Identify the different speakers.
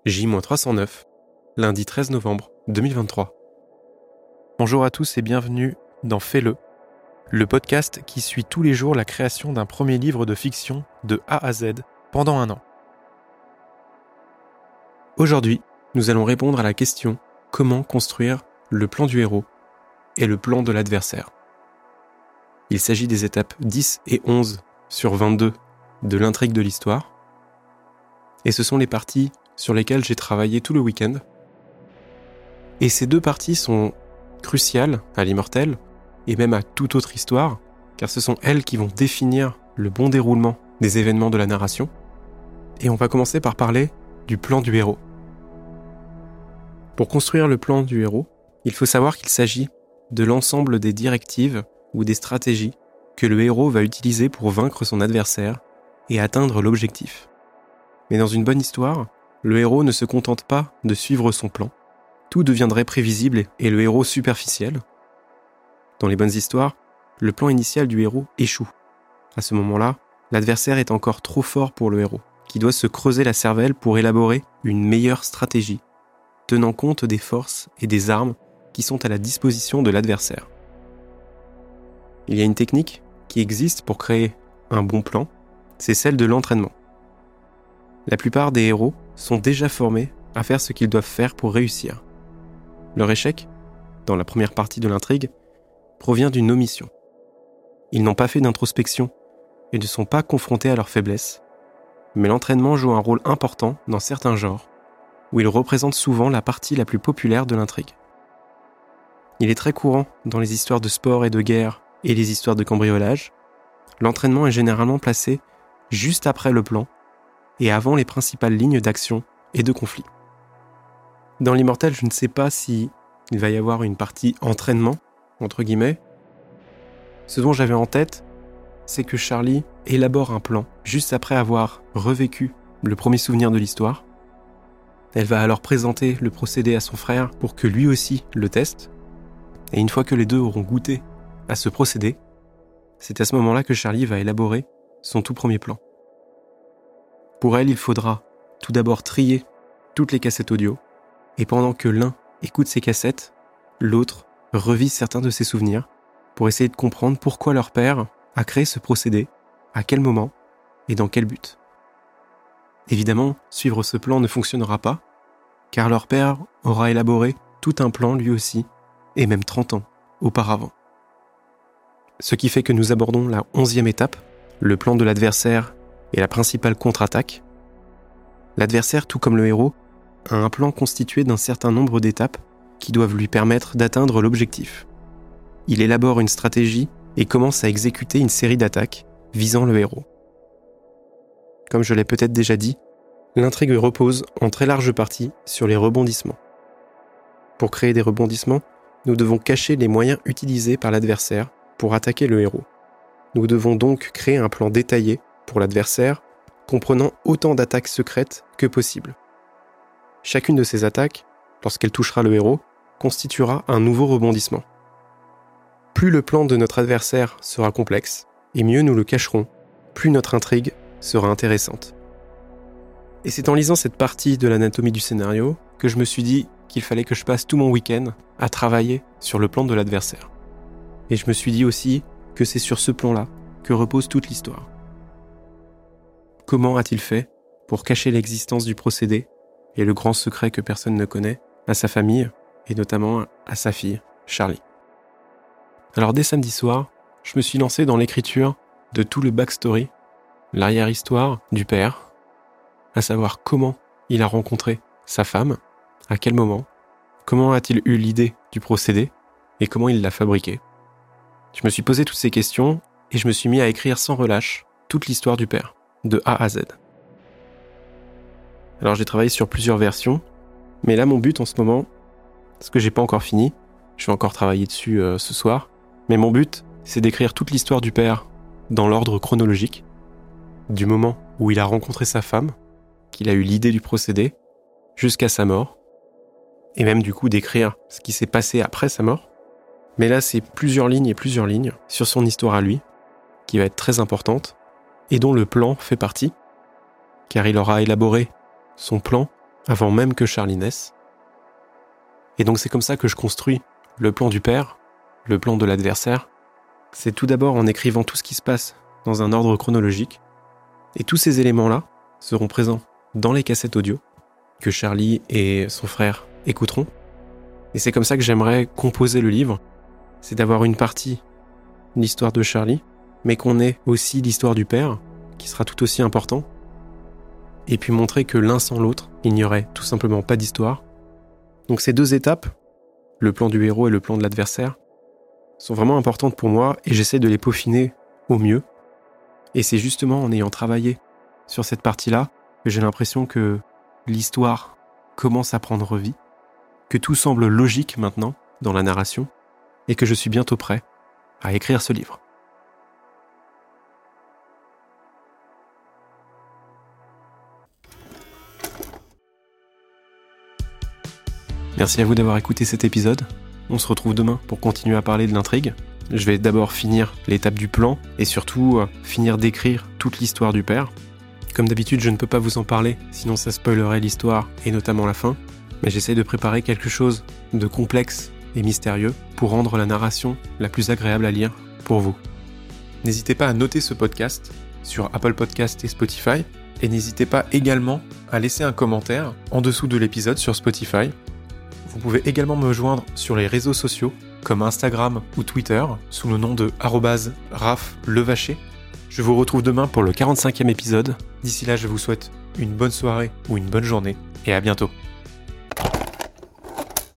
Speaker 1: J-309, lundi 13 novembre 2023. Bonjour à tous et bienvenue dans Fais-le, le podcast qui suit tous les jours la création d'un premier livre de fiction de A à Z pendant 1 an. Aujourd'hui, nous allons répondre à la question « Comment construire le plan du héros et le plan de l'adversaire ?» Il s'agit des étapes 10 et 11 sur 22 de l'intrigue de l'histoire, et ce sont les parties sur lesquelles j'ai travaillé tout le week-end. Et ces 2 parties sont cruciales à l'Immortel, et même à toute autre histoire, car ce sont elles qui vont définir le bon déroulement des événements de la narration. Et on va commencer par parler du plan du héros. Pour construire le plan du héros, il faut savoir qu'il s'agit de l'ensemble des directives ou des stratégies que le héros va utiliser pour vaincre son adversaire et atteindre l'objectif. Mais dans une bonne histoire, le héros ne se contente pas de suivre son plan. Tout deviendrait prévisible et le héros superficiel. Dans les bonnes histoires, le plan initial du héros échoue. À ce moment-là, l'adversaire est encore trop fort pour le héros, qui doit se creuser la cervelle pour élaborer une meilleure stratégie, tenant compte des forces et des armes qui sont à la disposition de l'adversaire. Il y a une technique qui existe pour créer un bon plan, c'est celle de l'entraînement. La plupart des héros sont déjà formés à faire ce qu'ils doivent faire pour réussir. Leur échec, dans la première partie de l'intrigue, provient d'une omission. Ils n'ont pas fait d'introspection et ne sont pas confrontés à leurs faiblesses, mais l'entraînement joue un rôle important dans certains genres, où il représente souvent la partie la plus populaire de l'intrigue. Il est très courant dans les histoires de sport et de guerre et les histoires de cambriolage. L'entraînement est généralement placé juste après le plan et avant les principales lignes d'action et de conflit. Dans l'Immortel, je ne sais pas si il va y avoir une partie entraînement, entre guillemets. Ce dont j'avais en tête, c'est que Charlie élabore un plan juste après avoir revécu le premier souvenir de l'histoire. Elle va alors présenter le procédé à son frère pour que lui aussi le teste. Et une fois que les deux auront goûté à ce procédé, c'est à ce moment-là que Charlie va élaborer son tout premier plan. Pour elle, il faudra tout d'abord trier toutes les cassettes audio, et pendant que l'un écoute ses cassettes, l'autre revise certains de ses souvenirs pour essayer de comprendre pourquoi leur père a créé ce procédé, à quel moment et dans quel but. Évidemment, suivre ce plan ne fonctionnera pas, car leur père aura élaboré tout un plan lui aussi, et même 30 ans auparavant. Ce qui fait que nous abordons la 11e étape, le plan de l'adversaire et la principale contre-attaque. L'adversaire, tout comme le héros, a un plan constitué d'un certain nombre d'étapes qui doivent lui permettre d'atteindre l'objectif. Il élabore une stratégie et commence à exécuter une série d'attaques visant le héros. Comme je l'ai peut-être déjà dit, l'intrigue repose en très large partie sur les rebondissements. Pour créer des rebondissements, nous devons cacher les moyens utilisés par l'adversaire pour attaquer le héros. Nous devons donc créer un plan détaillé pour l'adversaire, comprenant autant d'attaques secrètes que possible. Chacune de ces attaques, lorsqu'elle touchera le héros, constituera un nouveau rebondissement. Plus le plan de notre adversaire sera complexe, et mieux nous le cacherons, plus notre intrigue sera intéressante. Et c'est en lisant cette partie de l'anatomie du scénario que je me suis dit qu'il fallait que je passe tout mon week-end à travailler sur le plan de l'adversaire. Et je me suis dit aussi que c'est sur ce plan-là que repose toute l'histoire. Comment a-t-il fait pour cacher l'existence du procédé et le grand secret que personne ne connaît à sa famille et notamment à sa fille, Charlie? Alors dès samedi soir, je me suis lancé dans l'écriture de tout le backstory, l'arrière-histoire du père, à savoir comment il a rencontré sa femme, à quel moment, comment a-t-il eu l'idée du procédé et comment il l'a fabriqué. Je me suis posé toutes ces questions et je me suis mis à écrire sans relâche toute l'histoire du père, de A à Z. Alors j'ai travaillé sur plusieurs versions, mais là mon but en ce moment, parce que j'ai pas encore fini, je vais encore travailler dessus ce soir, mais mon but c'est d'écrire toute l'histoire du père dans l'ordre chronologique, du moment où il a rencontré sa femme, qu'il a eu l'idée du procédé, jusqu'à sa mort, et même du coup d'écrire ce qui s'est passé après sa mort. Mais là c'est plusieurs lignes sur son histoire à lui, qui va être très importante, et dont le plan fait partie, car il aura élaboré son plan avant même que Charlie naisse. Et donc c'est comme ça que je construis le plan du père, le plan de l'adversaire. C'est tout d'abord en écrivant tout ce qui se passe dans un ordre chronologique. Et tous ces éléments-là seront présents dans les cassettes audio que Charlie et son frère écouteront. Et c'est comme ça que j'aimerais composer le livre. C'est d'avoir une partie, l'histoire de Charlie, mais qu'on ait aussi l'histoire du père, qui sera tout aussi important. Et puis montrer que l'un sans l'autre, il n'y aurait tout simplement pas d'histoire. Donc ces deux étapes, le plan du héros et le plan de l'adversaire, sont vraiment importantes pour moi et j'essaie de les peaufiner au mieux. Et c'est justement en ayant travaillé sur cette partie-là que j'ai l'impression que l'histoire commence à prendre vie, que tout semble logique maintenant dans la narration et que je suis bientôt prêt à écrire ce livre. Merci à vous d'avoir écouté cet épisode. On se retrouve demain pour continuer à parler de l'intrigue. Je vais d'abord finir l'étape du plan et surtout finir d'écrire toute l'histoire du père. Comme d'habitude, je ne peux pas vous en parler, sinon ça spoilerait l'histoire et notamment la fin. Mais j'essaie de préparer quelque chose de complexe et mystérieux pour rendre la narration la plus agréable à lire pour vous. N'hésitez pas à noter ce podcast sur Apple Podcasts et Spotify et n'hésitez pas également à laisser un commentaire en dessous de l'épisode sur Spotify. Vous pouvez également me joindre sur les réseaux sociaux comme Instagram ou Twitter sous le nom de @raflevacher. Je vous retrouve demain pour le 45e épisode. D'ici là, je vous souhaite une bonne soirée ou une bonne journée et à bientôt.